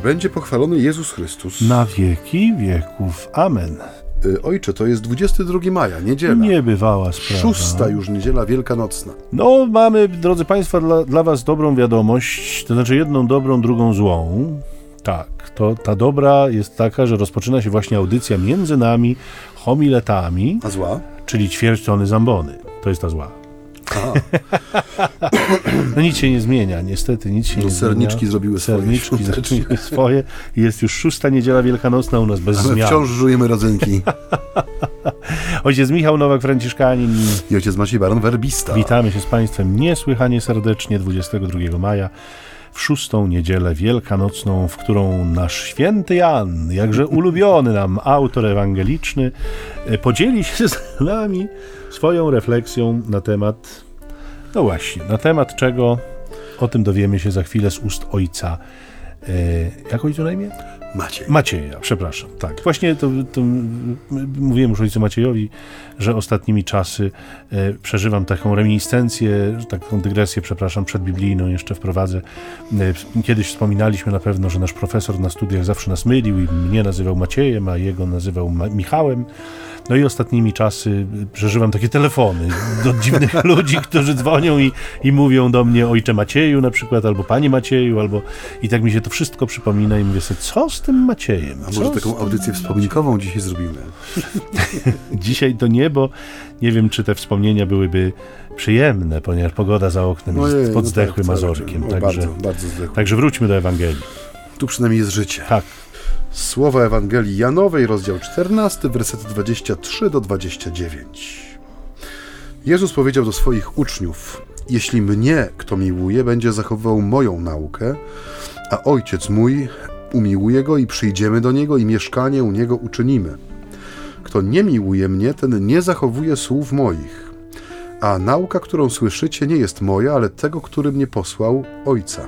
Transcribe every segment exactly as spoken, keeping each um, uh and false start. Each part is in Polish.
Niech będzie pochwalony Jezus Chrystus. Na wieki wieków. Amen. Ojcze, to jest dwudziestego drugiego maja, niedziela. Niebywała sprawa. Szósta już niedziela wielkanocna. No, mamy, drodzy Państwo, dla, dla Was dobrą wiadomość, to znaczy jedną dobrą, drugą złą. Tak, to ta dobra jest taka, że rozpoczyna się właśnie audycja między nami, homiletami. A zła? Czyli ćwierć tony zambony. To jest ta zła. No nic się nie zmienia, niestety nic się no, nie serniczki zmienia. Zrobiły serniczki swoje. zrobiły swoje. Jest już szósta niedziela wielkanocna u nas bez zmian. Ale wciąż żujemy rodzynki. Ojciec Michał Nowak-Franciszkanin i ojciec Maciej Baron-Werbista. Witamy się z Państwem niesłychanie serdecznie dwudziestego drugiego maja w szóstą niedzielę wielkanocną, w którą nasz święty Jan, jakże ulubiony nam autor ewangeliczny, podzieli się z nami swoją refleksją na temat, no właśnie, na temat czego, o tym dowiemy się za chwilę z ust ojca. E, jak ojcu na imię? Maciej. Macieja, przepraszam. Tak, właśnie to, to mówiłem już ojcu Maciejowi, że ostatnimi czasy e, przeżywam taką reminiscencję, taką dygresję, przepraszam, przedbiblijną jeszcze wprowadzę. E, kiedyś wspominaliśmy na pewno, że nasz profesor na studiach zawsze nas mylił i mnie nazywał Maciejem, a jego nazywał Ma- Michałem. No i ostatnimi czasy przeżywam takie telefony do dziwnych ludzi, którzy dzwonią i, i mówią do mnie ojcze Macieju na przykład, albo panie Macieju, albo i tak mi się to wszystko przypomina i mówię sobie, co z tym Maciejem? A może taką audycję wspominkową dzisiaj zrobimy? Dzisiaj to nie, bo nie wiem, czy te wspomnienia byłyby przyjemne, ponieważ pogoda za oknem Ojej, jest pod zdechłym no tak, Mazurkiem. o, Także, bardzo, bardzo zdechły. Także wróćmy do Ewangelii. Tu przynajmniej jest życie. Tak. Słowa Ewangelii Janowej, rozdział czternasty, wersety dwadzieścia trzy do dwudziestego dziewiątego. Jezus powiedział do swoich uczniów: jeśli mnie kto miłuje, będzie zachowywał moją naukę, a Ojciec mój umiłuje go i przyjdziemy do niego i mieszkanie u niego uczynimy. Kto nie miłuje mnie, ten nie zachowuje słów moich. A nauka, którą słyszycie, nie jest moja, ale tego, który mnie posłał, Ojca.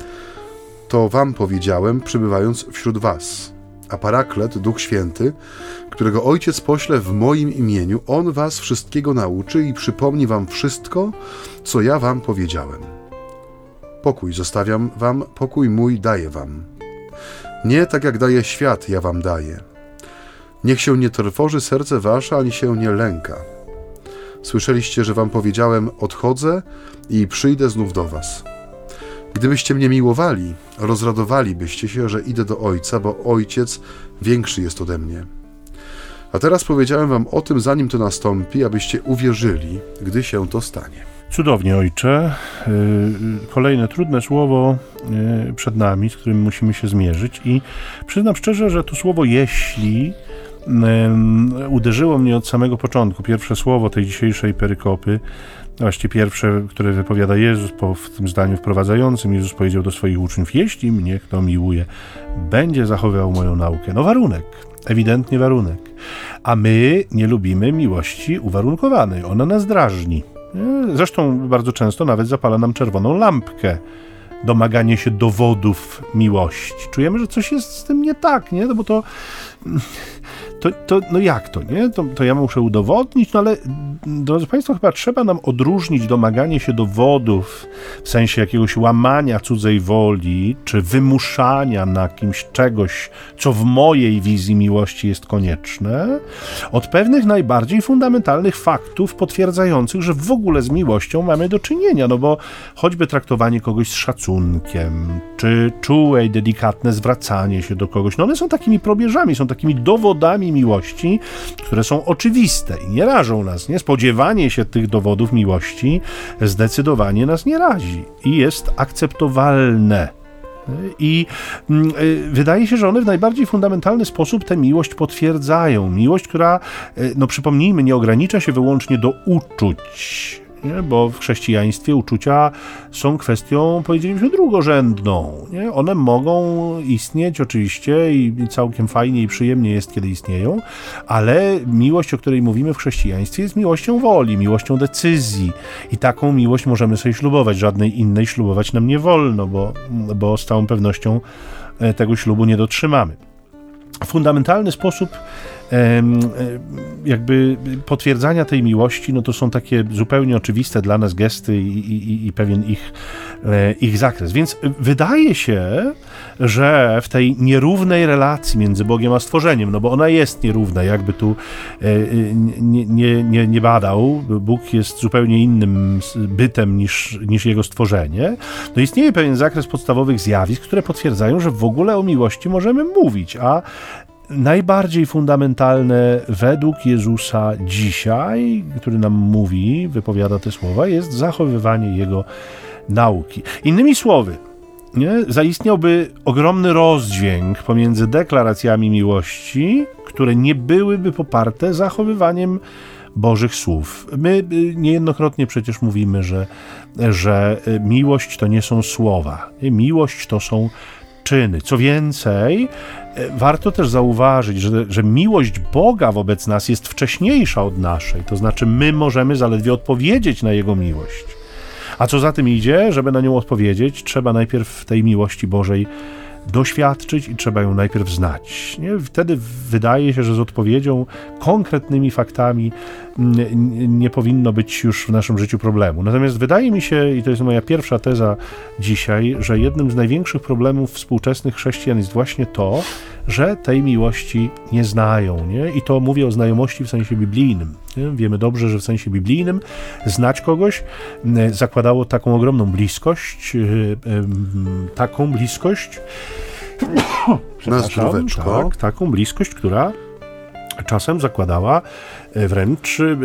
To wam powiedziałem, przybywając wśród was. A Paraklet, Duch Święty, którego Ojciec pośle w moim imieniu, On was wszystkiego nauczy i przypomni wam wszystko, co ja wam powiedziałem. Pokój zostawiam wam, pokój mój daję wam. Nie tak jak daje świat, ja wam daję. Niech się nie trwoży serce wasze, ani się nie lęka. Słyszeliście, że wam powiedziałem, odchodzę i przyjdę znów do was. Gdybyście mnie miłowali, rozradowalibyście się, że idę do Ojca, bo Ojciec większy jest ode mnie. A teraz powiedziałem wam o tym, zanim to nastąpi, abyście uwierzyli, gdy się to stanie. Cudownie, ojcze. Kolejne trudne słowo przed nami, z którym musimy się zmierzyć i przyznam szczerze, że to słowo jeśli uderzyło mnie od samego początku. Pierwsze słowo tej dzisiejszej perykopy, właściwie pierwsze, które wypowiada Jezus po, w tym zdaniu wprowadzającym. Jezus powiedział do swoich uczniów: jeśli mnie kto miłuje, będzie zachowywał moją naukę. No warunek, ewidentnie warunek. A my nie lubimy miłości uwarunkowanej. Ona nas drażni. Zresztą bardzo często nawet zapala nam czerwoną lampkę. Domaganie się dowodów miłości. Czujemy, że coś jest z tym nie tak, nie? No bo to... To, to, no jak to, nie? To, to ja muszę udowodnić, no ale drodzy Państwo, chyba trzeba nam odróżnić domaganie się dowodów w sensie jakiegoś łamania cudzej woli, czy wymuszania na kimś czegoś, co w mojej wizji miłości jest konieczne, od pewnych najbardziej fundamentalnych faktów potwierdzających, że w ogóle z miłością mamy do czynienia, no bo choćby traktowanie kogoś z szacunkiem, czy czułe i delikatne zwracanie się do kogoś, no one są takimi probierzami, są takimi dowodami miłości, które są oczywiste i nie rażą nas, nie? Spodziewanie się tych dowodów miłości zdecydowanie nas nie razi i jest akceptowalne. I y, wydaje się, że one w najbardziej fundamentalny sposób tę miłość potwierdzają. Miłość, która, y, no przypomnijmy, nie ogranicza się wyłącznie do uczuć, nie? Bo w chrześcijaństwie uczucia są kwestią, powiedzielibyśmy, drugorzędną. Nie? One mogą istnieć oczywiście i całkiem fajnie i przyjemnie jest, kiedy istnieją, ale miłość, o której mówimy w chrześcijaństwie, jest miłością woli, miłością decyzji i taką miłość możemy sobie ślubować. Żadnej innej ślubować nam nie wolno, bo, bo z całą pewnością tego ślubu nie dotrzymamy. W fundamentalny sposób jakby potwierdzania tej miłości, no to są takie zupełnie oczywiste dla nas gesty i, i, i pewien ich, ich zakres. Więc wydaje się, że w tej nierównej relacji między Bogiem a stworzeniem, no bo ona jest nierówna, jakby tu nie, nie, nie, nie badał, Bóg jest zupełnie innym bytem niż, niż jego stworzenie, no istnieje pewien zakres podstawowych zjawisk, które potwierdzają, że w ogóle o miłości możemy mówić, a najbardziej fundamentalne według Jezusa dzisiaj, który nam mówi, wypowiada te słowa, jest zachowywanie Jego nauki. Innymi słowy, nie, zaistniałby ogromny rozdźwięk pomiędzy deklaracjami miłości, które nie byłyby poparte zachowywaniem Bożych słów. My niejednokrotnie przecież mówimy, że, że miłość to nie są słowa. Miłość to są czyny. Co więcej, warto też zauważyć, że, że miłość Boga wobec nas jest wcześniejsza od naszej. To znaczy my możemy zaledwie odpowiedzieć na Jego miłość. A co za tym idzie, żeby na nią odpowiedzieć, trzeba najpierw tej miłości Bożej doświadczyć i trzeba ją najpierw znać. Nie? Wtedy wydaje się, że z odpowiedzią, konkretnymi faktami nie powinno być już w naszym życiu problemu. Natomiast wydaje mi się, i to jest moja pierwsza teza dzisiaj, że jednym z największych problemów współczesnych chrześcijan jest właśnie to, że tej miłości nie znają. Nie? I to mówię o znajomości w sensie biblijnym. Nie? Wiemy dobrze, że w sensie biblijnym znać kogoś zakładało taką ogromną bliskość, taką bliskość, przepraszam, tak, taką bliskość, która czasem zakładała wręcz,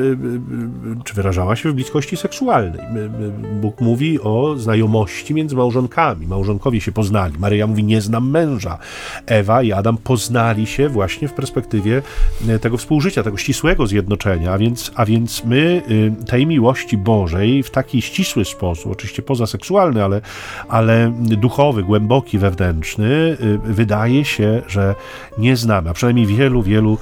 czy wyrażała się w bliskości seksualnej. Bóg mówi o znajomości między małżonkami. Małżonkowie się poznali. Maryja mówi, nie znam męża. Ewa i Adam poznali się właśnie w perspektywie tego współżycia, tego ścisłego zjednoczenia, a więc, a więc my tej miłości Bożej w taki ścisły sposób, oczywiście pozaseksualny, ale, ale duchowy, głęboki, wewnętrzny, wydaje się, że nie znamy, a przynajmniej wielu, wielu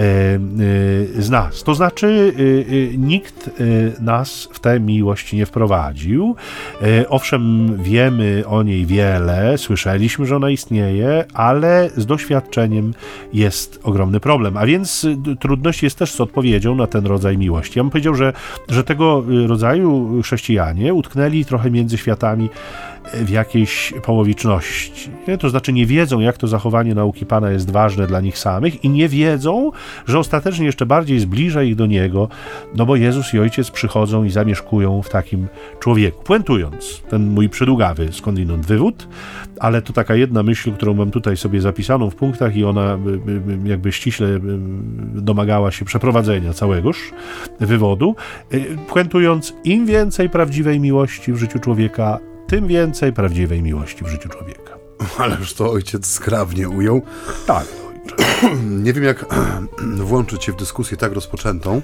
z nas. To znaczy nikt nas w tę miłość nie wprowadził. Owszem, wiemy o niej wiele, słyszeliśmy, że ona istnieje, ale z doświadczeniem jest ogromny problem. A więc trudność jest też z odpowiedzią na ten rodzaj miłości. Ja bym powiedział, że, że tego rodzaju chrześcijanie utknęli trochę między światami w jakiejś połowiczności. Nie? To znaczy nie wiedzą, jak to zachowanie nauki Pana jest ważne dla nich samych i nie wiedzą, że ostatecznie jeszcze bardziej zbliża ich do Niego, no bo Jezus i Ojciec przychodzą i zamieszkują w takim człowieku. Puentując ten mój przydługawy skądinąd wywód, ale to taka jedna myśl, którą mam tutaj sobie zapisaną w punktach i ona jakby ściśle domagała się przeprowadzenia całegoż wywodu. Puentując, im więcej prawdziwej miłości w życiu człowieka, tym więcej prawdziwej miłości w życiu człowieka. Ależ to ojciec skrawnie ujął. Tak, ojcze. Nie wiem, jak włączyć się w dyskusję tak rozpoczętą,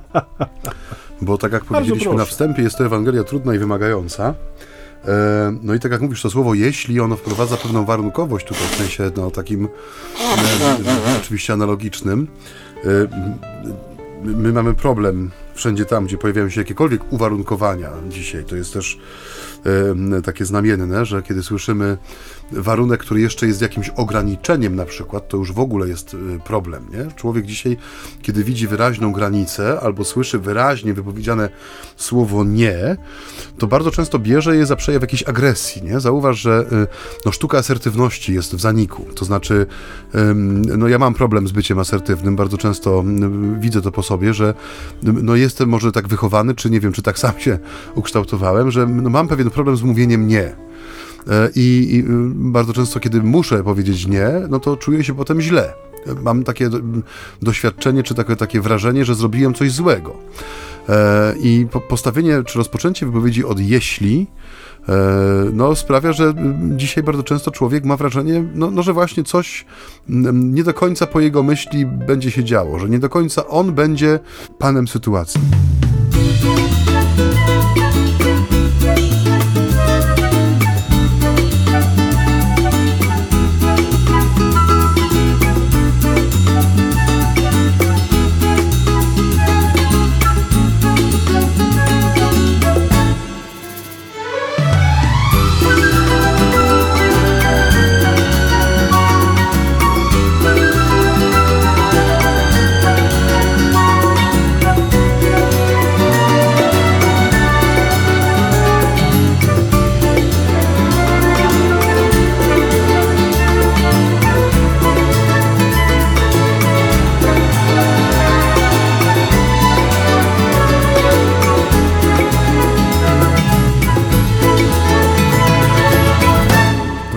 bo tak jak powiedzieliśmy na wstępie, jest to Ewangelia trudna i wymagająca. No i tak jak mówisz, to słowo jeśli, ono wprowadza pewną warunkowość tutaj, w sensie no, takim e, oczywiście analogicznym. E, my mamy problem wszędzie tam, gdzie pojawiają się jakiekolwiek uwarunkowania dzisiaj. To jest też e, takie znamienne, że kiedy słyszymy warunek, który jeszcze jest jakimś ograniczeniem na przykład, to już w ogóle jest problem, nie? Człowiek dzisiaj, kiedy widzi wyraźną granicę albo słyszy wyraźnie wypowiedziane słowo nie, to bardzo często bierze je za przejaw jakiejś agresji, nie? Zauważ, że no, sztuka asertywności jest w zaniku, to znaczy no ja mam problem z byciem asertywnym, bardzo często widzę to po sobie, że no jestem może tak wychowany, czy nie wiem, czy tak sam się ukształtowałem, że no, mam pewien problem z mówieniem nie. I, I bardzo często, kiedy muszę powiedzieć nie, no to czuję się potem źle. Mam takie do, doświadczenie, czy takie, takie wrażenie, że zrobiłem coś złego. E, I po, postawienie, czy rozpoczęcie wypowiedzi od jeśli, e, no sprawia, że dzisiaj bardzo często człowiek ma wrażenie, no, no, że właśnie coś nie do końca po jego myśli będzie się działo, że nie do końca on będzie panem sytuacji.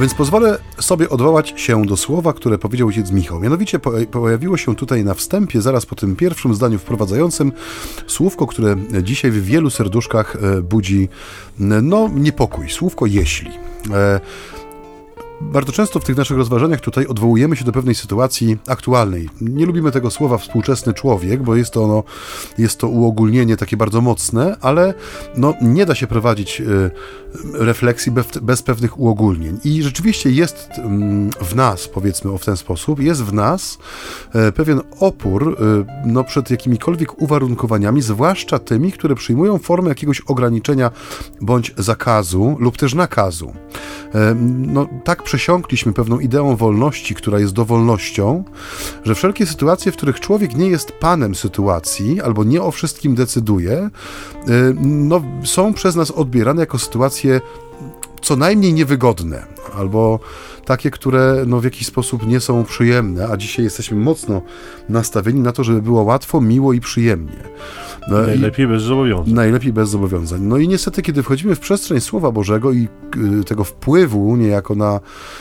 więc pozwolę sobie odwołać się do słowa, które powiedział ojciec Michał. Mianowicie pojawiło się tutaj na wstępie, zaraz po tym pierwszym zdaniu wprowadzającym, słówko, które dzisiaj w wielu serduszkach budzi no, niepokój. Słówko jeśli. Bardzo często w tych naszych rozważaniach tutaj odwołujemy się do pewnej sytuacji aktualnej. Nie lubimy tego słowa współczesny człowiek, bo jest to, ono, jest to uogólnienie takie bardzo mocne, ale no, nie da się prowadzić y, refleksji bez, bez pewnych uogólnień. I rzeczywiście jest y, w nas, powiedzmy o w ten sposób, jest w nas y, pewien opór y, no, przed jakimikolwiek uwarunkowaniami, zwłaszcza tymi, które przyjmują formę jakiegoś ograniczenia bądź zakazu lub też nakazu. Y, no, tak przesiąkliśmy pewną ideą wolności, która jest dowolnością, że wszelkie sytuacje, w których człowiek nie jest panem sytuacji albo nie o wszystkim decyduje, no, są przez nas odbierane jako sytuacje co najmniej niewygodne albo takie, które no, w jakiś sposób nie są przyjemne, a dzisiaj jesteśmy mocno nastawieni na to, żeby było łatwo, miło i przyjemnie. No najlepiej i, bez zobowiązań. Najlepiej bez zobowiązań. No i niestety, kiedy wchodzimy w przestrzeń Słowa Bożego i y, tego wpływu niejako na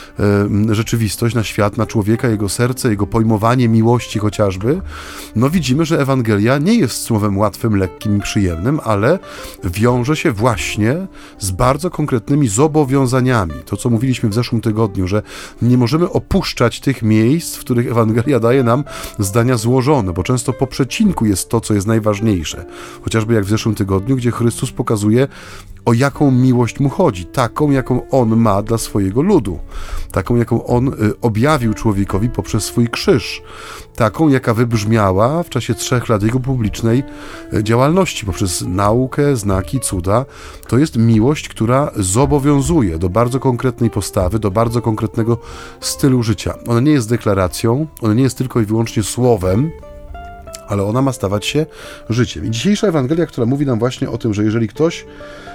y, rzeczywistość, na świat, na człowieka, jego serce, jego pojmowanie miłości chociażby, no widzimy, że Ewangelia nie jest słowem łatwym, lekkim i przyjemnym, ale wiąże się właśnie z bardzo konkretnymi zobowiązaniami. To, co mówiliśmy w zeszłym tygodniu, że nie możemy opuszczać tych miejsc, w których Ewangelia daje nam zdania złożone, bo często po przecinku jest to, co jest najważniejsze. Chociażby jak w zeszłym tygodniu, gdzie Chrystus pokazuje, o jaką miłość mu chodzi, taką, jaką on ma dla swojego ludu, taką, jaką on objawił człowiekowi poprzez swój krzyż, taką, jaka wybrzmiała w czasie trzech lat jego publicznej działalności, poprzez naukę, znaki, cuda. To jest miłość, która zobowiązuje do bardzo konkretnej postawy, do bardzo konkretnego stylu życia. Ona nie jest deklaracją, ona nie jest tylko i wyłącznie słowem, ale ona ma stawać się życiem. I dzisiejsza Ewangelia, która mówi nam właśnie o tym, że jeżeli ktoś,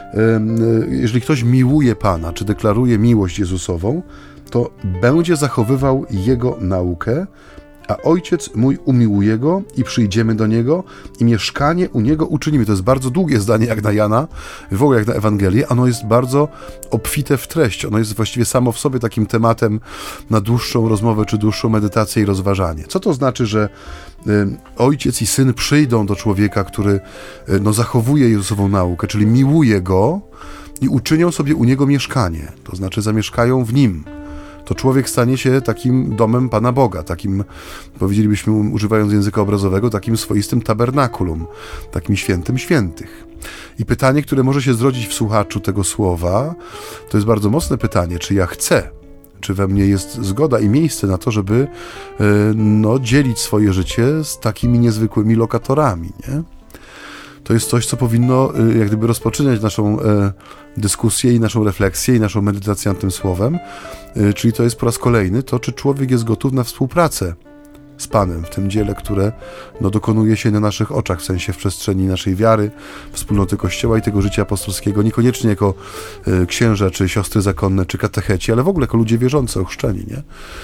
jeżeli ktoś miłuje Pana, czy deklaruje miłość Jezusową, to będzie zachowywał Jego naukę, a Ojciec mój umiłuje Go i przyjdziemy do Niego i mieszkanie u Niego uczynimy. To jest bardzo długie zdanie jak na Jana, w ogóle jak na Ewangelię. Ono jest bardzo obfite w treść. Ono jest właściwie samo w sobie takim tematem na dłuższą rozmowę, czy dłuższą medytację i rozważanie. Co to znaczy, że y, Ojciec i Syn przyjdą do człowieka, który y, no, zachowuje Jezusową naukę, czyli miłuje Go i uczynią sobie u Niego mieszkanie. To znaczy zamieszkają w Nim. To człowiek stanie się takim domem Pana Boga, takim, powiedzielibyśmy, używając języka obrazowego, takim swoistym tabernakulum, takim świętym świętych. I pytanie, które może się zrodzić w słuchaczu tego słowa, to jest bardzo mocne pytanie, czy ja chcę, czy we mnie jest zgoda i miejsce na to, żeby no, dzielić swoje życie z takimi niezwykłymi lokatorami, nie? To jest coś, co powinno jak gdyby rozpoczynać naszą e, dyskusję i naszą refleksję i naszą medytację nad tym słowem, e, czyli to jest po raz kolejny to, czy człowiek jest gotów na współpracę z Panem w tym dziele, które no, dokonuje się na naszych oczach, w sensie w przestrzeni naszej wiary, wspólnoty Kościoła i tego życia apostolskiego, niekoniecznie jako y, księża, czy siostry zakonne, czy katecheci, ale w ogóle jako ludzie wierzący, ochrzczeni, nie?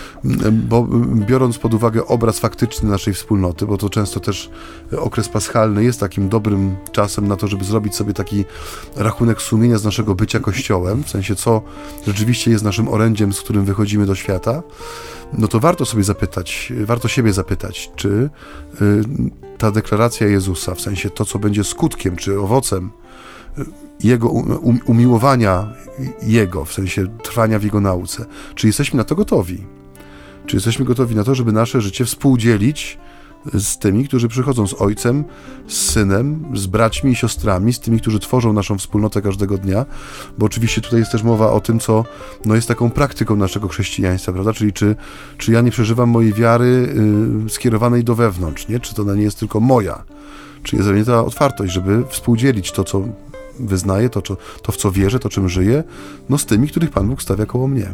Bo biorąc pod uwagę obraz faktyczny naszej wspólnoty, bo to często też okres paschalny jest takim dobrym czasem na to, żeby zrobić sobie taki rachunek sumienia z naszego bycia Kościołem, w sensie co rzeczywiście jest naszym orędziem, z którym wychodzimy do świata, no to warto sobie zapytać, warto siebie zapytać, czy y, ta deklaracja Jezusa, w sensie to, co będzie skutkiem, czy owocem y, Jego um, umiłowania Jego, w sensie trwania w Jego nauce, czy jesteśmy na to gotowi? Czy jesteśmy gotowi na to, żeby nasze życie współdzielić z tymi, którzy przychodzą z Ojcem, z Synem, z braćmi i siostrami, z tymi, którzy tworzą naszą wspólnotę każdego dnia, bo oczywiście tutaj jest też mowa o tym, co no, jest taką praktyką naszego chrześcijaństwa, prawda? Czyli czy, czy ja nie przeżywam mojej wiary yy, skierowanej do wewnątrz, nie? Czy to ona nie jest tylko moja? Czy jest we mnie ta otwartość, żeby współdzielić to, co wyznaję, to, co, to w co wierzę, to czym żyję, no z tymi, których Pan Bóg stawia koło mnie.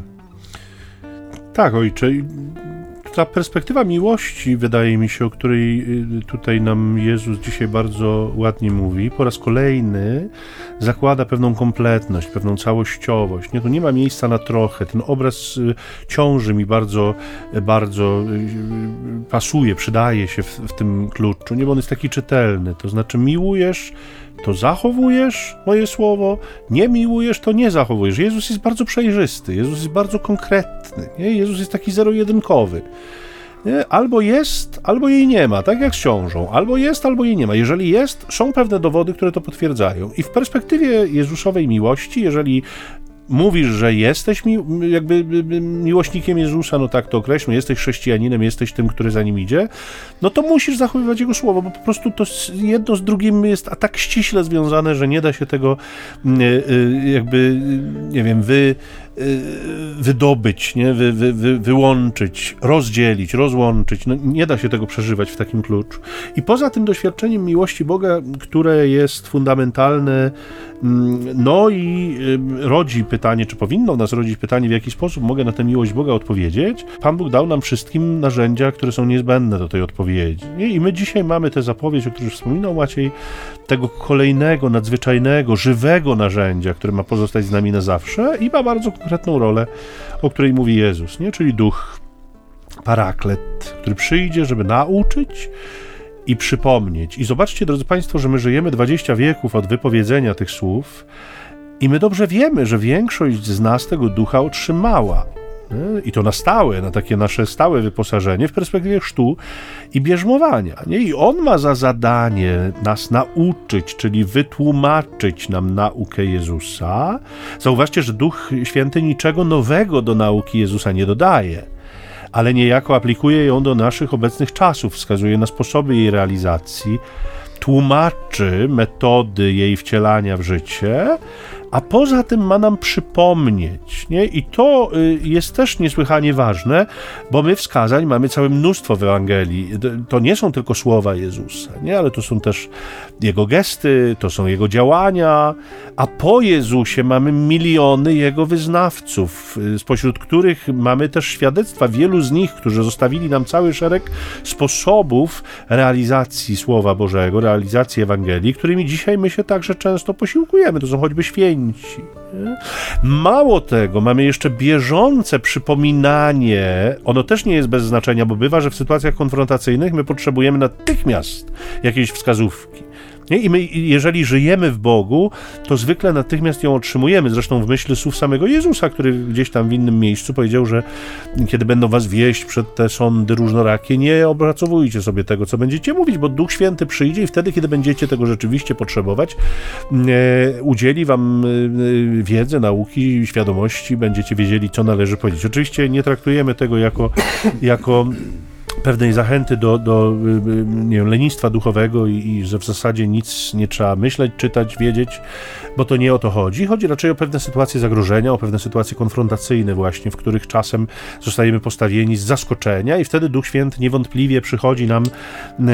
Tak, Ojcze. Ta perspektywa miłości, wydaje mi się, o której tutaj nam Jezus dzisiaj bardzo ładnie mówi, po raz kolejny zakłada pewną kompletność, pewną całościowość. Nie, tu nie ma miejsca na trochę. Ten obraz ciąży mi bardzo, bardzo pasuje, przydaje się w, w tym kluczu, nie, bo on jest taki czytelny. To znaczy miłujesz to zachowujesz moje słowo, nie miłujesz, to nie zachowujesz. Jezus jest bardzo przejrzysty, Jezus jest bardzo konkretny, nie? Jezus jest taki zero-jedynkowy. Nie? Albo jest, albo jej nie ma, tak jak z ciążą. Albo jest, albo jej nie ma. Jeżeli jest, są pewne dowody, które to potwierdzają. I w perspektywie Jezusowej miłości, jeżeli mówisz, że jesteś mi, jakby miłośnikiem Jezusa, no tak to określmy, jesteś chrześcijaninem, jesteś tym, który za nim idzie, no to musisz zachowywać Jego słowo, bo po prostu to jedno z drugim jest a tak ściśle związane, że nie da się tego jakby, nie wiem, wy, wydobyć, nie? Wy, wy, wy, wyłączyć, rozdzielić, rozłączyć. No, nie da się tego przeżywać w takim kluczu. I poza tym doświadczeniem miłości Boga, które jest fundamentalne, no i rodzi pytanie, czy powinno nas rodzić pytanie, w jaki sposób mogę na tę miłość Boga odpowiedzieć. Pan Bóg dał nam wszystkim narzędzia, które są niezbędne do tej odpowiedzi. I my dzisiaj mamy tę zapowiedź, o której wspominał Maciej, tego kolejnego, nadzwyczajnego, żywego narzędzia, które ma pozostać z nami na zawsze i ma bardzo konkretną rolę, o której mówi Jezus, nie? Czyli Duch Paraklet, który przyjdzie, żeby nauczyć i przypomnieć. I zobaczcie, drodzy Państwo, że my żyjemy dwadzieścia wieków od wypowiedzenia tych słów i my dobrze wiemy, że większość z nas tego ducha otrzymała. Nie? I to na stałe, na takie nasze stałe wyposażenie w perspektywie chrztu i bierzmowania. Nie? I on ma za zadanie nas nauczyć, czyli wytłumaczyć nam naukę Jezusa. Zauważcie, że Duch Święty niczego nowego do nauki Jezusa nie dodaje, ale niejako aplikuje ją do naszych obecnych czasów, wskazuje na sposoby jej realizacji, tłumaczy metody jej wcielania w życie, a poza tym ma nam przypomnieć, nie? I to jest też niesłychanie ważne, bo my wskazań mamy całe mnóstwo w Ewangelii. To nie są tylko słowa Jezusa, nie? Ale to są też Jego gesty, to są Jego działania, a po Jezusie mamy miliony Jego wyznawców, spośród których mamy też świadectwa wielu z nich, którzy zostawili nam cały szereg sposobów realizacji Słowa Bożego, realizacji Ewangelii, którymi dzisiaj my się także często posiłkujemy. To są choćby święci. Nie? Mało tego, mamy jeszcze bieżące przypominanie, ono też nie jest bez znaczenia, bo bywa, że w sytuacjach konfrontacyjnych my potrzebujemy natychmiast jakiejś wskazówki. Nie? I my, jeżeli żyjemy w Bogu, to zwykle natychmiast ją otrzymujemy. Zresztą w myśl słów samego Jezusa, który gdzieś tam w innym miejscu powiedział, że kiedy będą was wieść przed te sądy różnorakie, nie opracowujcie sobie tego, co będziecie mówić, bo Duch Święty przyjdzie i wtedy, kiedy będziecie tego rzeczywiście potrzebować, e, udzieli wam e, wiedzy, nauki, świadomości, będziecie wiedzieli, co należy powiedzieć. Oczywiście nie traktujemy tego jako, jako pewnej zachęty do, do nie wiem, lenistwa duchowego i, i że w zasadzie nic nie trzeba myśleć, czytać, wiedzieć, bo to nie o to chodzi. Chodzi raczej o pewne sytuacje zagrożenia, o pewne sytuacje konfrontacyjne właśnie, w których czasem zostajemy postawieni z zaskoczenia i wtedy Duch Święty niewątpliwie przychodzi nam e, e,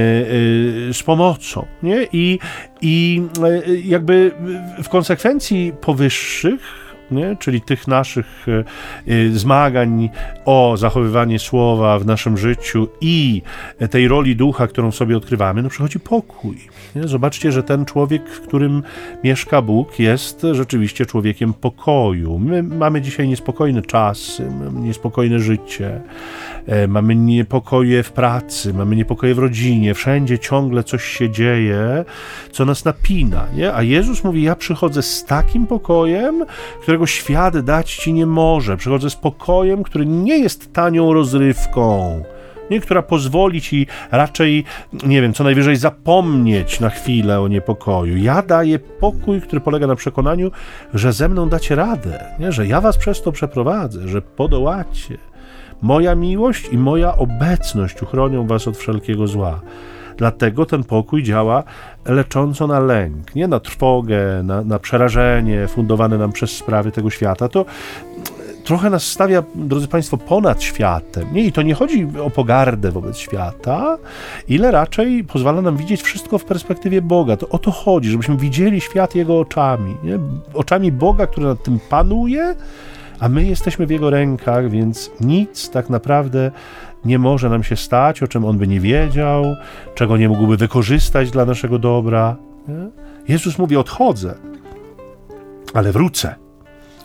z pomocą. Nie? I, i e, jakby w konsekwencji powyższych, nie? Czyli tych naszych y, zmagań o zachowywanie słowa w naszym życiu i tej roli ducha, którą sobie odkrywamy, no przychodzi pokój. Nie? Zobaczcie, że ten człowiek, w którym mieszka Bóg, jest rzeczywiście człowiekiem pokoju. My mamy dzisiaj niespokojne czasy, mamy niespokojne życie, e, mamy niepokoje w pracy, mamy niepokoje w rodzinie, wszędzie ciągle coś się dzieje, co nas napina. Nie? A Jezus mówi, ja przychodzę z takim pokojem, którego świat dać ci nie może. Przychodzę z pokojem, który nie jest tanią rozrywką, nie, która pozwoli ci raczej, nie wiem, co najwyżej zapomnieć na chwilę o niepokoju. Ja daję pokój, który polega na przekonaniu, że ze mną dacie radę, nie? Że ja was przez to przeprowadzę, że podołacie. Moja miłość i moja obecność uchronią was od wszelkiego zła. Dlatego ten pokój działa lecząco na lęk, nie na trwogę, na, na przerażenie fundowane nam przez sprawy tego świata. To trochę nas stawia, drodzy Państwo, ponad światem. Nie? I to nie chodzi o pogardę wobec świata, ile raczej pozwala nam widzieć wszystko w perspektywie Boga. To o to chodzi, żebyśmy widzieli świat Jego oczami. Nie? Oczami Boga, który nad tym panuje, a my jesteśmy w Jego rękach, więc nic tak naprawdę nie może nam się stać, o czym On by nie wiedział, czego nie mógłby wykorzystać dla naszego dobra. Nie? Jezus mówi, odchodzę, ale wrócę.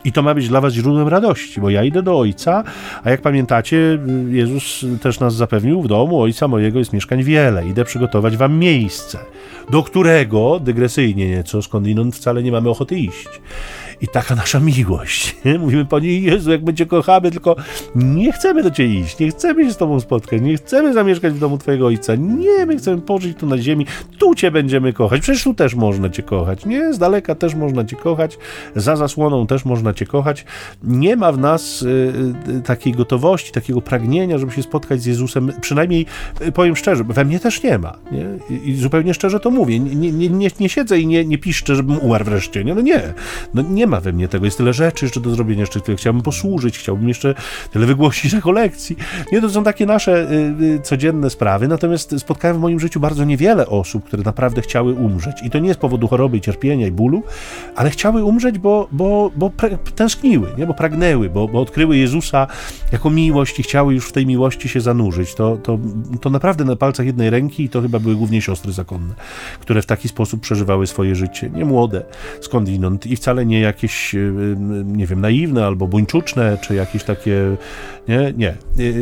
I to ma być dla was źródłem radości, bo ja idę do Ojca, a jak pamiętacie, Jezus też nas zapewnił, w domu Ojca mojego jest mieszkań wiele, idę przygotować wam miejsce, do którego, dygresyjnie nieco, skądinąd wcale nie mamy ochoty iść. I taka nasza miłość. Nie? Mówimy, Panie Jezu, jak my Cię kochamy, tylko nie chcemy do Ciebie iść, nie chcemy się z Tobą spotkać, nie chcemy zamieszkać w domu Twojego Ojca. Nie, my chcemy pożyć tu na ziemi, tu Cię będziemy kochać. Przecież tu też można Cię kochać. Nie, z daleka też można Cię kochać, za zasłoną też można Cię kochać. Nie ma w nas y, y, takiej gotowości, takiego pragnienia, żeby się spotkać z Jezusem. Przynajmniej, y, powiem szczerze, we mnie też nie ma. Nie? I, I zupełnie szczerze to mówię. Nie, nie, nie, nie siedzę i nie, nie piszczę, żebym umarł wreszcie. Nie, no nie. No nie ma we mnie tego. Jest tyle rzeczy jeszcze do zrobienia, jeszcze tyle chciałbym posłużyć, chciałbym jeszcze tyle wygłosić rekolekcji. Nie, to są takie nasze y, y, codzienne sprawy, natomiast spotkałem w moim życiu bardzo niewiele osób, które naprawdę chciały umrzeć. I to nie z powodu choroby, i cierpienia i bólu, ale chciały umrzeć, bo, bo, bo pre, tęskniły, nie? Bo pragnęły, bo, bo odkryły Jezusa jako miłość i chciały już w tej miłości się zanurzyć. To, to, to naprawdę na palcach jednej ręki, i to chyba były głównie siostry zakonne, które w taki sposób przeżywały swoje życie. Nie młode, skądinąd i wcale nie jakieś, nie wiem, naiwne albo buńczuczne, czy jakieś takie, nie, nie.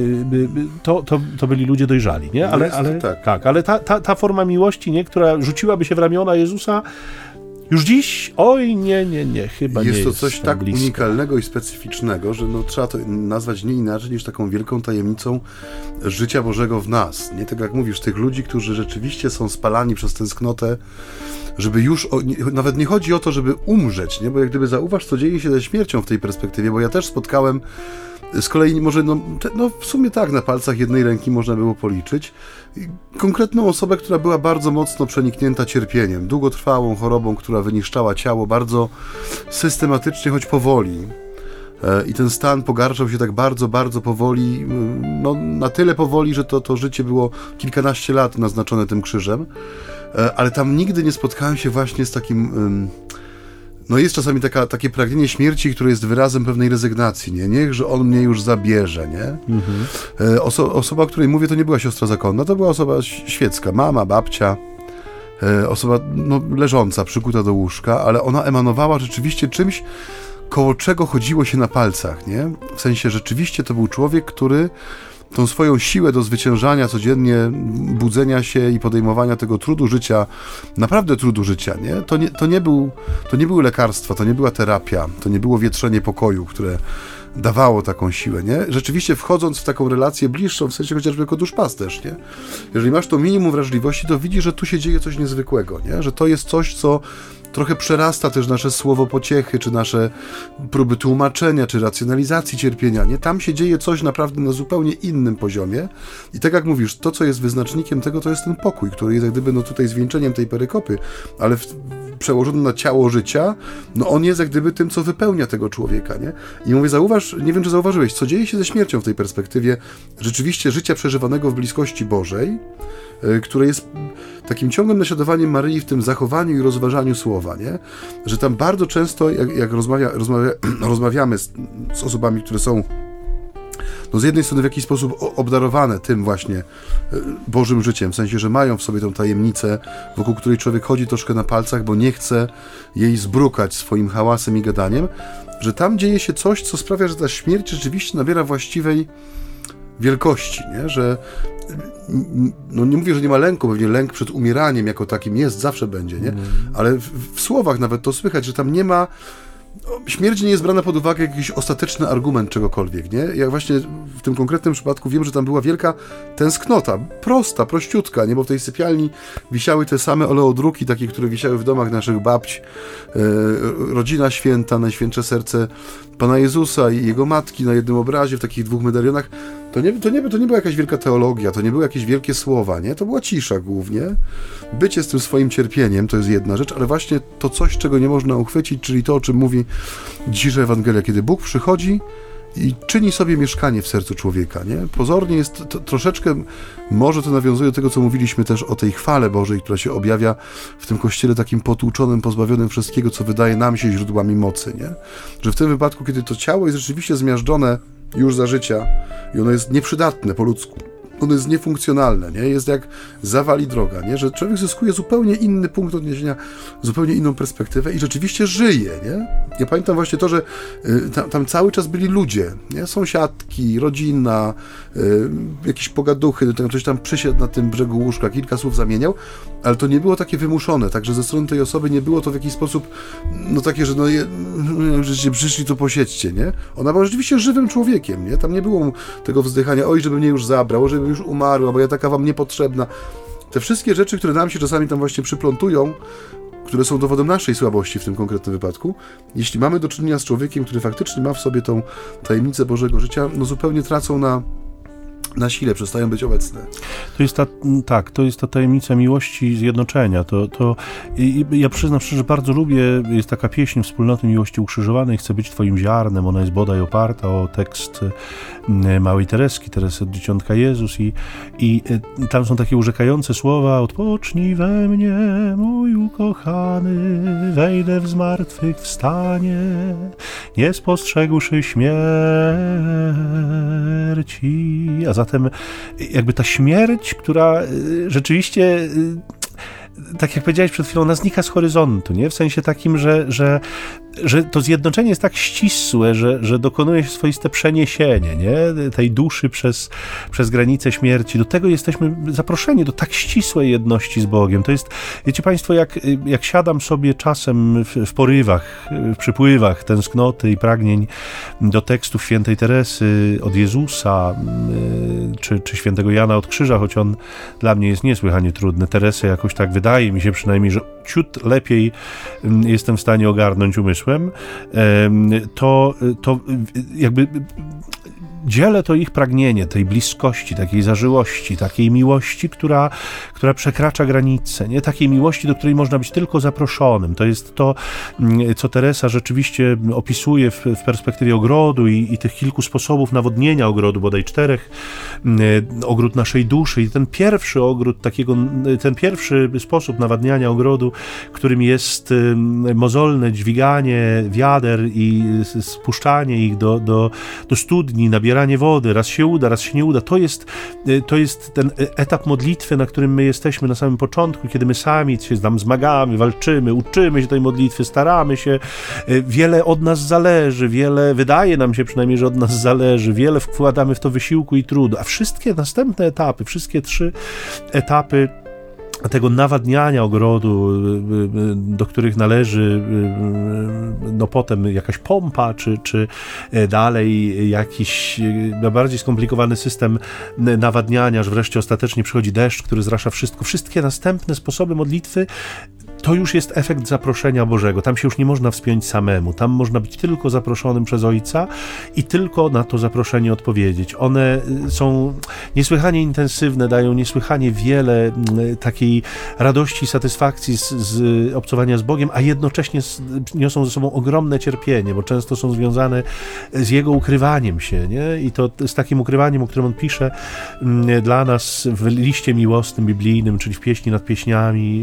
To, to, to byli ludzie dojrzali, nie? Ale, ale, tak. tak, ale ta, ta, ta forma miłości, nie, która rzuciłaby się w ramiona Jezusa już dziś, oj, nie, nie, nie, chyba jest nie to jest coś tak blisko. unikalnego i specyficznego, że no, trzeba to nazwać nie inaczej niż taką wielką tajemnicą życia Bożego w nas. Nie tak jak mówisz, tych ludzi, którzy rzeczywiście są spalani przez tęsknotę, żeby już, o, nie, nawet nie chodzi o to, żeby umrzeć, nie? Bo jak gdyby zauważ, co dzieje się ze śmiercią w tej perspektywie, bo ja też spotkałem z kolei, może no, te, no w sumie tak, na palcach jednej ręki można było policzyć, konkretną osobę, która była bardzo mocno przeniknięta cierpieniem, długotrwałą chorobą, która wyniszczała ciało bardzo systematycznie, choć powoli. I ten stan pogarszał się tak bardzo, bardzo powoli, no na tyle powoli, że to, to życie było kilkanaście lat naznaczone tym krzyżem, ale tam nigdy nie spotkałem się właśnie z takim... No jest czasami taka, takie pragnienie śmierci, które jest wyrazem pewnej rezygnacji, nie? Niechże on mnie już zabierze, nie? Mhm. Oso- osoba, o której mówię, to nie była siostra zakonna, to była osoba świecka, mama, babcia, osoba no, leżąca, przykuta do łóżka, ale ona emanowała rzeczywiście czymś, koło czego chodziło się na palcach, nie? W sensie rzeczywiście to był człowiek, który tą swoją siłę do zwyciężania codziennie, budzenia się i podejmowania tego trudu życia, naprawdę trudu życia, nie? To nie, to nie był, to nie były lekarstwa, to nie była terapia, to nie było wietrzenie pokoju, które dawało taką siłę, nie? Rzeczywiście wchodząc w taką relację bliższą, w sensie chociażby jako duszpasterz, nie? Jeżeli masz to minimum wrażliwości, to widzisz, że tu się dzieje coś niezwykłego, nie? Że to jest coś, co trochę przerasta też nasze słowo pociechy, czy nasze próby tłumaczenia, czy racjonalizacji cierpienia, nie? Tam się dzieje coś naprawdę na zupełnie innym poziomie i tak jak mówisz, to, co jest wyznacznikiem tego, to jest ten pokój, który jest jak gdyby, no tutaj zwieńczeniem tej perykopy, ale w, przełożony na ciało życia, no on jest jak gdyby tym, co wypełnia tego człowieka, nie? I mówię, zauważ, nie wiem, czy zauważyłeś, co dzieje się ze śmiercią w tej perspektywie rzeczywiście życia przeżywanego w bliskości Bożej, yy, które jest takim ciągłym naśladowaniem Maryi w tym zachowaniu i rozważaniu słowa, nie? Że tam bardzo często, jak, jak rozmawia, rozmawia, rozmawiamy z, z osobami, które są no z jednej strony w jakiś sposób obdarowane tym właśnie Bożym życiem, w sensie, że mają w sobie tą tajemnicę, wokół której człowiek chodzi troszkę na palcach, bo nie chce jej zbrukać swoim hałasem i gadaniem, że tam dzieje się coś, co sprawia, że ta śmierć rzeczywiście nabiera właściwej wielkości, nie? Że no nie mówię, że nie ma lęku, pewnie lęk przed umieraniem jako takim jest, zawsze będzie, nie? Ale w, w słowach nawet to słychać, że tam nie ma śmierć nie jest brana pod uwagę jakiś ostateczny argument czegokolwiek, nie? Ja właśnie w tym konkretnym przypadku wiem, że tam była wielka tęsknota, prosta, prościutka, nie? Bo w tej sypialni wisiały te same oleodruki, takie, które wisiały w domach naszych babć, e, rodzina święta, Najświętsze Serce Pana Jezusa i Jego Matki na jednym obrazie, w takich dwóch medalionach. To nie, to, nie, to nie była jakaś wielka teologia, to nie były jakieś wielkie słowa, nie? To była cisza głównie. Bycie z tym swoim cierpieniem to jest jedna rzecz, ale właśnie to coś, czego nie można uchwycić, czyli to, o czym mówi dzisiejsza Ewangelia, kiedy Bóg przychodzi i czyni sobie mieszkanie w sercu człowieka, nie? Pozornie jest to, troszeczkę, może to nawiązuje do tego, co mówiliśmy też o tej chwale Bożej, która się objawia w tym Kościele takim potłuczonym, pozbawionym wszystkiego, co wydaje nam się źródłami mocy, nie? Że w tym wypadku, kiedy to ciało jest rzeczywiście zmiażdżone już za życia i ono jest nieprzydatne po ludzku, ono jest niefunkcjonalne, nie? Jest jak zawali droga, nie? Że człowiek zyskuje zupełnie inny punkt odniesienia, zupełnie inną perspektywę i rzeczywiście żyje, nie? Ja pamiętam właśnie to, że y, tam, tam cały czas byli ludzie, nie? Sąsiadki, rodzina, y, jakieś pogaduchy, ktoś tam przysiadł na tym brzegu łóżka, kilka słów zamieniał, ale to nie było takie wymuszone, także ze strony tej osoby nie było to w jakiś sposób, no takie, że no, je, żeście przyszli tu posiedźcie, nie? Ona była rzeczywiście żywym człowiekiem, nie? Tam nie było tego wzdychania, oj, żeby mnie już zabrał, żeby już umarła, bo ja taka wam niepotrzebna. Te wszystkie rzeczy, które nam się czasami tam właśnie przyplątują, które są dowodem naszej słabości w tym konkretnym wypadku, jeśli mamy do czynienia z człowiekiem, który faktycznie ma w sobie tą tajemnicę Bożego życia, no zupełnie tracą na na sile, przestają być obecne. To jest ta, tak, to jest ta tajemnica miłości i zjednoczenia. To, to, i, ja przyznam szczerze, bardzo lubię, jest taka pieśń Wspólnoty Miłości Ukrzyżowanej, Chcę być Twoim ziarnem, ona jest bodaj oparta o tekst małej Tereski, Teresy od Dzieciątka Jezus i, i tam są takie urzekające słowa: odpocznij we mnie, mój ukochany, wejdę w zmartwychwstanie, nie spostrzegłszy śmierci. A zatem jakby ta śmierć, która rzeczywiście, tak jak powiedziałeś przed chwilą, ona znika z horyzontu, nie? W sensie takim, że, że, że to zjednoczenie jest tak ścisłe, że, że dokonuje się swoiste przeniesienie, nie? Tej duszy przez, przez granicę śmierci. Do tego jesteśmy zaproszeni, do tak ścisłej jedności z Bogiem. To jest, wiecie państwo, jak, jak siadam sobie czasem w, w porywach, w przypływach tęsknoty i pragnień do tekstów świętej Teresy od Jezusa, czy, czy świętego Jana od Krzyża, choć on dla mnie jest niesłychanie trudny. Teresę jakoś tak wydaje mi się przynajmniej, że ciut lepiej jestem w stanie ogarnąć umysłem, to, to jakby dzielę to ich pragnienie, tej bliskości, takiej zażyłości, takiej miłości, która, która przekracza granice, nie? Takiej miłości, do której można być tylko zaproszonym. To jest to, co Teresa rzeczywiście opisuje w, w perspektywie ogrodu i, i tych kilku sposobów nawodnienia ogrodu, bodaj czterech, ogród naszej duszy. I ten pierwszy ogród, takiego, ten pierwszy sposób nawadniania ogrodu, którym jest mozolne dźwiganie wiader i spuszczanie ich do, do, do studni, nabieranie wody, raz się uda, raz się nie uda. To jest, to jest ten etap modlitwy, na którym my jesteśmy na samym początku, kiedy my sami się tam zmagamy, walczymy, uczymy się tej modlitwy, staramy się. Wiele od nas zależy, wiele, wydaje nam się przynajmniej, że od nas zależy, wiele wkładamy w to wysiłku i trudu, a wszystkie następne etapy, wszystkie trzy etapy tego nawadniania ogrodu, do których należy no potem jakaś pompa, czy, czy dalej jakiś bardziej skomplikowany system nawadniania, aż wreszcie ostatecznie przychodzi deszcz, który zrasza wszystko. Wszystkie następne sposoby modlitwy to już jest efekt zaproszenia Bożego. Tam się już nie można wspiąć samemu. Tam można być tylko zaproszonym przez Ojca i tylko na to zaproszenie odpowiedzieć. One są niesłychanie intensywne, dają niesłychanie wiele takiej radości i satysfakcji z, z obcowania z Bogiem, a jednocześnie z, niosą ze sobą ogromne cierpienie, bo często są związane z Jego ukrywaniem się, nie? I to z takim ukrywaniem, o którym On pisze dla nas w liście miłosnym, biblijnym, czyli w pieśni nad pieśniami,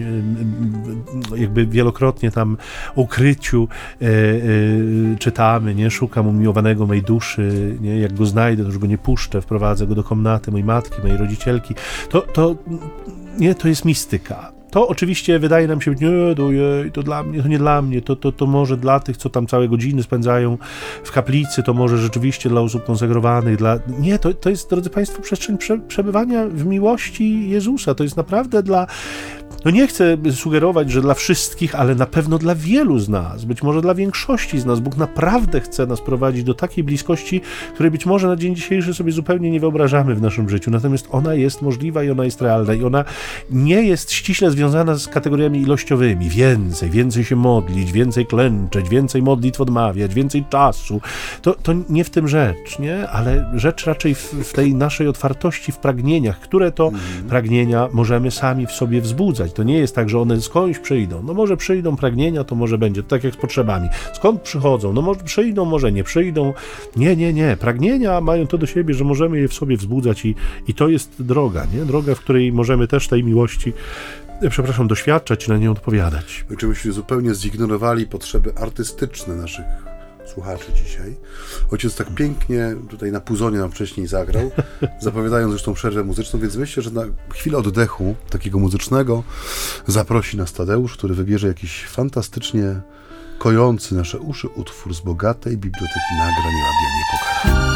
jakby wielokrotnie tam o ukryciu e, e, czytamy, nie? Szukam umiłowanego mej duszy, nie? Jak go znajdę, to już go nie puszczę, wprowadzę go do komnaty mojej matki, mojej rodzicielki. To, to, nie, to jest mistyka. To oczywiście wydaje nam się, nie, to, jej, to dla mnie, to nie dla mnie, to, to, to może dla tych, co tam całe godziny spędzają w kaplicy, to może rzeczywiście dla osób konsegrowanych, dla... Nie, to, to jest, drodzy Państwo, przestrzeń prze, przebywania w miłości Jezusa. To jest naprawdę dla... No nie chcę sugerować, że dla wszystkich, ale na pewno dla wielu z nas, być może dla większości z nas, Bóg naprawdę chce nas prowadzić do takiej bliskości, której być może na dzień dzisiejszy sobie zupełnie nie wyobrażamy w naszym życiu. Natomiast ona jest możliwa i ona jest realna i ona nie jest ściśle związana z kategoriami ilościowymi. Więcej, więcej się modlić, więcej klęczeć, więcej modlitw odmawiać, więcej czasu. To, to nie w tym rzecz, nie? Ale rzecz raczej w, w tej naszej otwartości, w pragnieniach, które to mm. pragnienia możemy sami w sobie wzbudzać. To nie jest tak, że one skądś przyjdą. No może przyjdą pragnienia, to może będzie. To tak jak z potrzebami. Skąd przychodzą? No może przyjdą, może nie przyjdą. Nie, nie, nie. Pragnienia mają to do siebie, że możemy je w sobie wzbudzać i, i to jest droga, nie? Droga, w której możemy też tej miłości, przepraszam, doświadczać i na nią odpowiadać. My myśmy zupełnie zignorowali potrzeby artystyczne naszych słuchaczy dzisiaj. Ojciec tak pięknie tutaj na puzonie nam wcześniej zagrał, zapowiadając zresztą przerwę muzyczną, więc myślę, że na chwilę oddechu takiego muzycznego zaprosi nas Tadeusz, który wybierze jakiś fantastycznie kojący nasze uszy utwór z bogatej biblioteki nagrań Radia Niepokara.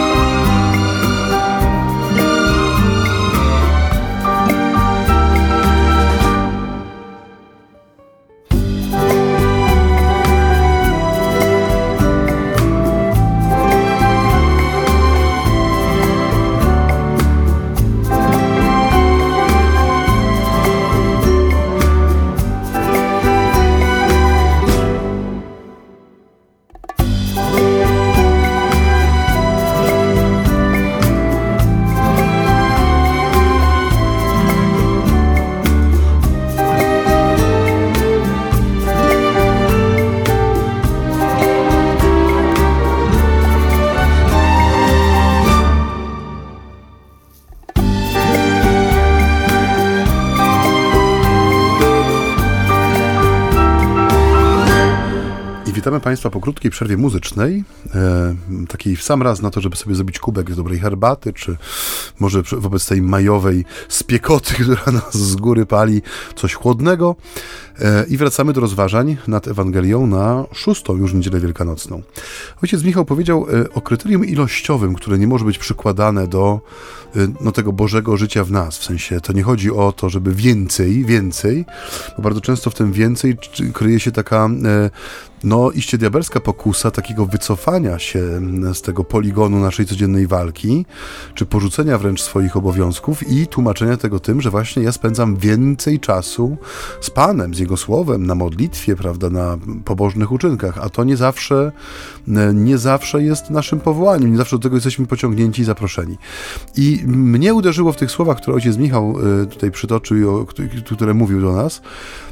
Witamy Państwa po krótkiej przerwie muzycznej, e, takiej w sam raz na to, żeby sobie zrobić kubek dobrej herbaty, czy może wobec tej majowej spiekoty, która nas z góry pali, coś chłodnego. E, I wracamy do rozważań nad Ewangelią na szóstą już niedzielę wielkanocną. Ojciec Michał powiedział e, o kryterium ilościowym, które nie może być przykładane do e, no, tego Bożego życia w nas. W sensie to nie chodzi o to, żeby więcej, więcej, bo bardzo często w tym więcej kryje się taka e, no iście diabelska pokusa takiego wycofania się z tego poligonu naszej codziennej walki, czy porzucenia wręcz swoich obowiązków i tłumaczenia tego tym, że właśnie ja spędzam więcej czasu z Panem, z Jego Słowem, na modlitwie, prawda, na pobożnych uczynkach, a to nie zawsze, nie zawsze jest naszym powołaniem, nie zawsze do tego jesteśmy pociągnięci i zaproszeni. I mnie uderzyło w tych słowach, które ojciec Michał tutaj przytoczył, które mówił do nas,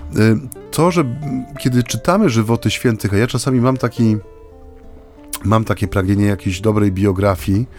to, że kiedy czytamy żywoty świętych, a ja czasami mam taki, mam takie pragnienie jakiejś dobrej biografii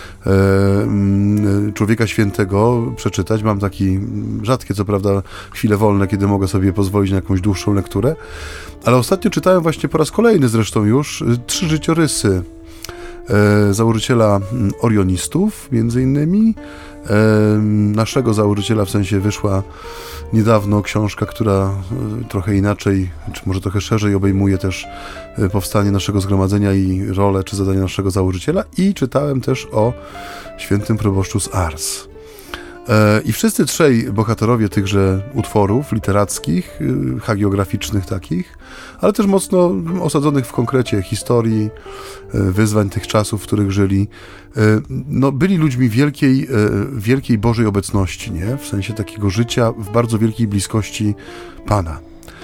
e, człowieka świętego przeczytać, mam taki, rzadkie co prawda chwile wolne, kiedy mogę sobie pozwolić na jakąś dłuższą lekturę, ale ostatnio czytałem właśnie po raz kolejny zresztą już trzy życiorysy e, założyciela orionistów, między innymi, e, naszego założyciela, w sensie wyszła niedawno książka, która trochę inaczej, czy może trochę szerzej obejmuje też powstanie naszego zgromadzenia i rolę czy zadanie naszego założyciela, i czytałem też o świętym proboszczu z Ars. I wszyscy trzej bohaterowie tychże utworów literackich, hagiograficznych takich, ale też mocno osadzonych w konkrecie historii, wyzwań tych czasów, w których żyli, no, byli ludźmi wielkiej, wielkiej Bożej obecności, nie? W sensie takiego życia w bardzo wielkiej bliskości Pana.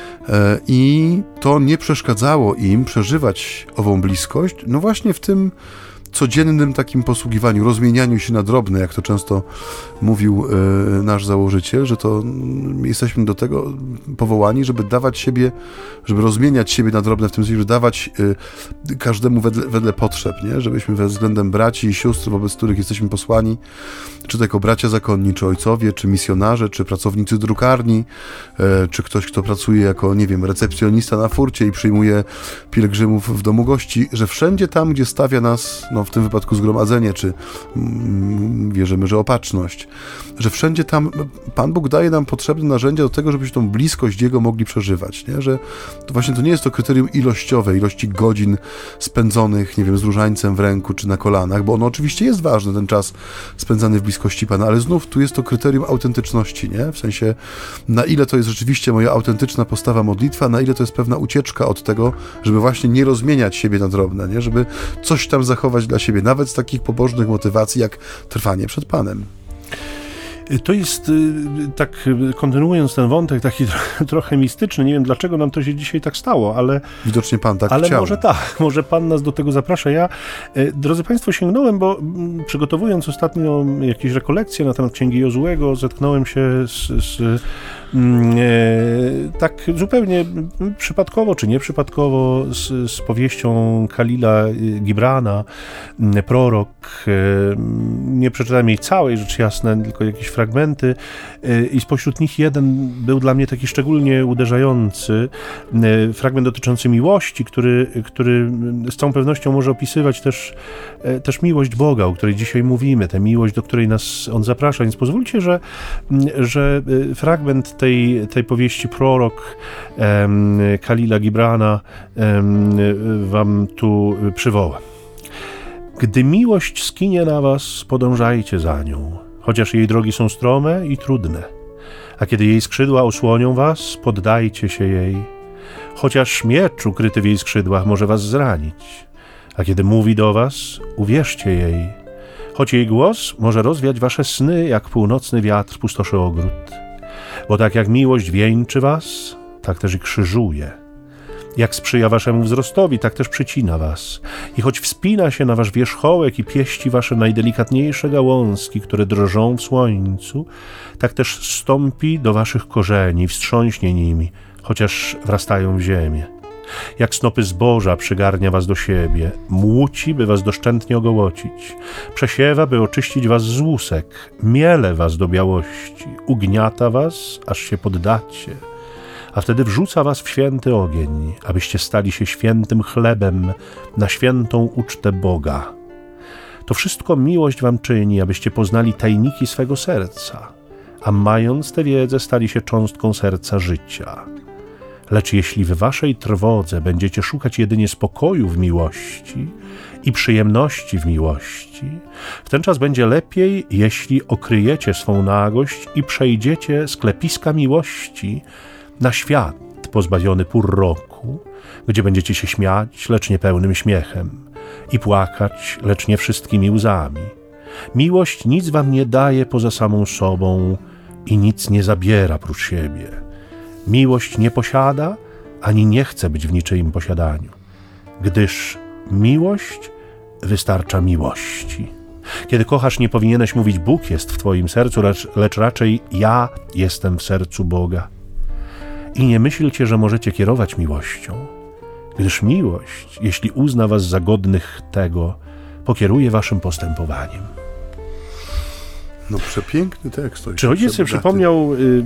I to nie przeszkadzało im przeżywać ową bliskość, no właśnie w tym codziennym takim posługiwaniu, rozmienianiu się na drobne, jak to często mówił y, nasz założyciel, że to y, jesteśmy do tego powołani, żeby dawać siebie, żeby rozmieniać siebie na drobne, w tym sensie, żeby dawać y, każdemu wedle, wedle potrzeb, nie? Żebyśmy we względem braci i sióstr, wobec których jesteśmy posłani, czy to jako bracia zakonni, czy ojcowie, czy misjonarze, czy pracownicy drukarni, y, czy ktoś, kto pracuje jako, nie wiem, recepcjonista na furcie i przyjmuje pielgrzymów w domu gości, że wszędzie tam, gdzie stawia nas, no w tym wypadku zgromadzenie, czy mm, wierzymy, że opatrzność, że wszędzie tam Pan Bóg daje nam potrzebne narzędzia do tego, żebyśmy tą bliskość Jego mogli przeżywać, nie? Że to właśnie to nie jest to kryterium ilościowe, ilości godzin spędzonych, nie wiem, z różańcem w ręku, czy na kolanach, bo ono oczywiście jest ważne, ten czas spędzany w bliskości Pana, ale znów tu jest to kryterium autentyczności, nie? W sensie, na ile to jest rzeczywiście moja autentyczna postawa modlitwa, na ile to jest pewna ucieczka od tego, żeby właśnie nie rozmieniać siebie na drobne, nie? Żeby coś tam zachować dla siebie, nawet z takich pobożnych motywacji, jak trwanie przed Panem. To jest, tak kontynuując ten wątek, taki trochę mistyczny, nie wiem dlaczego nam to się dzisiaj tak stało, ale... Widocznie Pan tak ale chciał. Ale może tak, może Pan nas do tego zaprasza. Ja, drodzy Państwo, sięgnąłem, bo przygotowując ostatnio jakieś rekolekcje na temat Księgi Jozułego, zetknąłem się z, z tak zupełnie przypadkowo, czy nieprzypadkowo z, z powieścią Khalila Gibrana, Prorok. Nie przeczytałem jej całej, rzecz jasna, tylko jakieś fragmenty i spośród nich jeden był dla mnie taki szczególnie uderzający. Fragment dotyczący miłości, który, który z całą pewnością może opisywać też, też miłość Boga, o której dzisiaj mówimy, tę miłość, do której nas On zaprasza. Więc pozwólcie, że, że fragment tej, tej powieści Prorok um, Khalila Gibrana um, wam tu przywołam. Gdy miłość skinie na was, podążajcie za nią, chociaż jej drogi są strome i trudne. A kiedy jej skrzydła osłonią was, poddajcie się jej. Chociaż miecz ukryty w jej skrzydłach może was zranić. A kiedy mówi do was, uwierzcie jej. Choć jej głos może rozwiać wasze sny, jak północny wiatr pustoszy ogród. Bo tak jak miłość wieńczy was, tak też i krzyżuje. Jak sprzyja waszemu wzrostowi, tak też przycina was. I choć wspina się na wasz wierzchołek i pieści wasze najdelikatniejsze gałązki, które drżą w słońcu, tak też zstąpi do waszych korzeni, wstrząśnie nimi, chociaż wrastają w ziemię. Jak snopy zboża przygarnia was do siebie, młóci, by was doszczętnie ogołocić, przesiewa, by oczyścić was z łusek, miele was do białości, ugniata was, aż się poddacie, a wtedy wrzuca was w święty ogień, abyście stali się świętym chlebem na świętą ucztę Boga. To wszystko miłość wam czyni, abyście poznali tajniki swego serca, a mając tę wiedzę, stali się cząstką serca życia. Lecz jeśli w waszej trwodze będziecie szukać jedynie spokoju w miłości i przyjemności w miłości, w ten czas będzie lepiej, jeśli okryjecie swą nagość i przejdziecie z klepiska miłości na świat pozbawiony pór roku, gdzie będziecie się śmiać, lecz nie pełnym śmiechem, i płakać, lecz nie wszystkimi łzami. Miłość nic wam nie daje poza samą sobą i nic nie zabiera prócz siebie. Miłość nie posiada, ani nie chce być w niczyim posiadaniu, gdyż miłość wystarcza miłości. Kiedy kochasz, nie powinieneś mówić Bóg jest w twoim sercu, lecz, lecz raczej ja jestem w sercu Boga. I nie myślcie, że możecie kierować miłością, gdyż miłość, jeśli uzna was za godnych tego, pokieruje waszym postępowaniem. No przepiękny tekst. Czy ojciec sobie przypomniał y, y,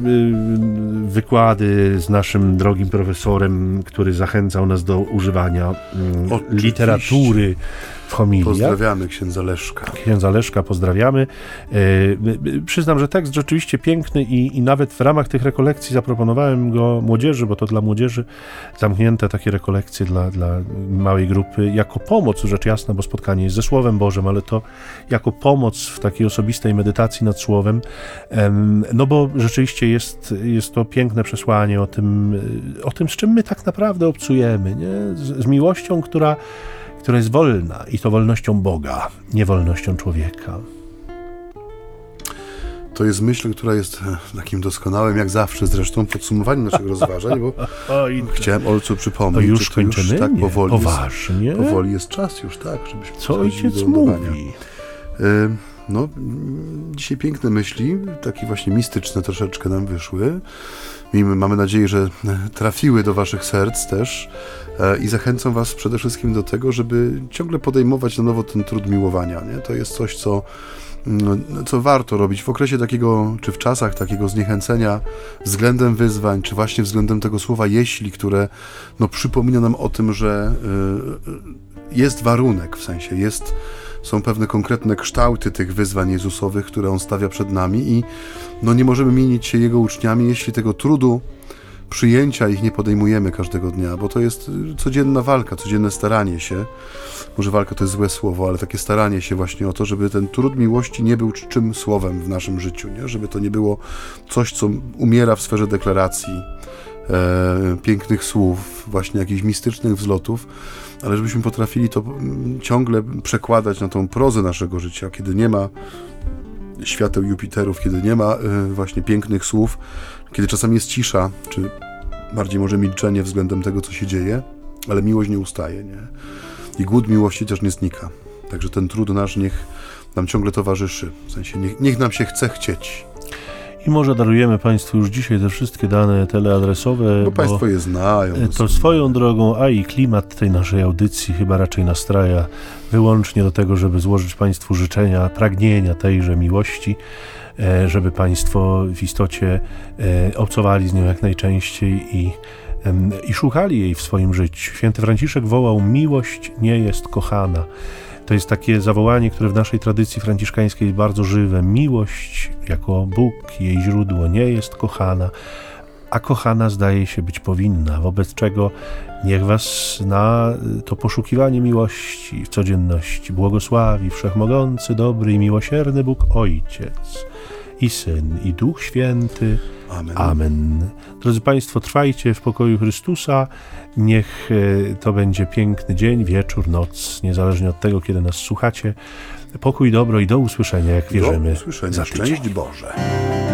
wykłady z naszym drogim profesorem, który zachęcał nas do używania y, literatury w homiliach? Pozdrawiamy księdza Leszka. Księdza Leszka pozdrawiamy. Y, y, przyznam, że tekst rzeczywiście piękny i, i nawet w ramach tych rekolekcji zaproponowałem go młodzieży, bo to dla młodzieży zamknięte takie rekolekcje dla, dla małej grupy, jako pomoc, rzecz jasna, bo spotkanie jest ze Słowem Bożym, ale to jako pomoc w takiej osobistej medytacji nad Słowem, no bo rzeczywiście jest, jest to piękne przesłanie o tym, o tym, z czym my tak naprawdę obcujemy, nie? Z, z miłością, która, która jest wolna i to wolnością Boga, nie wolnością człowieka. To jest myśl, która jest takim doskonałym, jak zawsze zresztą, podsumowaniem naszych rozważań, bo Oj, chciałem ojcu przypomnieć, już że to już kończymy? tak Nie, powoli poważnie? Jest, powoli jest czas już, tak, żebyśmy Co ojciec do mówi? Y, no, dzisiaj piękne myśli, takie właśnie mistyczne troszeczkę nam wyszły. Miejmy, mamy nadzieję, że trafiły do waszych serc też e, i zachęcam was przede wszystkim do tego, żeby ciągle podejmować na nowo ten trud miłowania, nie? To jest coś, co No, co warto robić w okresie takiego, czy w czasach takiego zniechęcenia względem wyzwań, czy właśnie względem tego słowa jeśli, które no, przypomina nam o tym, że y, jest warunek, w sensie jest, są pewne konkretne kształty tych wyzwań Jezusowych, które On stawia przed nami i no, nie możemy mienić się Jego uczniami, jeśli tego trudu przyjęcia ich nie podejmujemy każdego dnia, bo to jest codzienna walka, codzienne staranie się. Może walka to jest złe słowo, ale takie staranie się właśnie o to, żeby ten trud miłości nie był czczym słowem w naszym życiu, nie? Żeby to nie było coś, co umiera w sferze deklaracji, e, pięknych słów, właśnie jakichś mistycznych wzlotów, ale żebyśmy potrafili to ciągle przekładać na tą prozę naszego życia, kiedy nie ma świateł Jupiterów, kiedy nie ma e, właśnie pięknych słów, kiedy czasami jest cisza, czy bardziej może milczenie względem tego, co się dzieje, ale miłość nie ustaje, nie? I głód miłości też nie znika. Także ten trud nasz niech nam ciągle towarzyszy. W sensie niech, niech nam się chce chcieć. I może darujemy Państwu już dzisiaj te wszystkie dane teleadresowe, bo, bo Państwo je znają. To swoją drogą, a i klimat tej naszej audycji chyba raczej nastraja wyłącznie do tego, żeby złożyć Państwu życzenia, pragnienia tejże miłości, żeby Państwo w istocie obcowali z nią jak najczęściej i, i szukali jej w swoim życiu. Święty Franciszek wołał: miłość nie jest kochana. To jest takie zawołanie, które w naszej tradycji franciszkańskiej jest bardzo żywe. Miłość jako Bóg, jej źródło, nie jest kochana, a kochana zdaje się być powinna, wobec czego niech was na to poszukiwanie miłości w codzienności błogosławi Wszechmogący, dobry i miłosierny Bóg Ojciec i Syn, i Duch Święty. Amen. Amen. Drodzy Państwo, trwajcie w pokoju Chrystusa. Niech to będzie piękny dzień, wieczór, noc, niezależnie od tego, kiedy nas słuchacie. Pokój, dobro i do usłyszenia, jak wierzymy. Do usłyszenia. Szczęść Boże.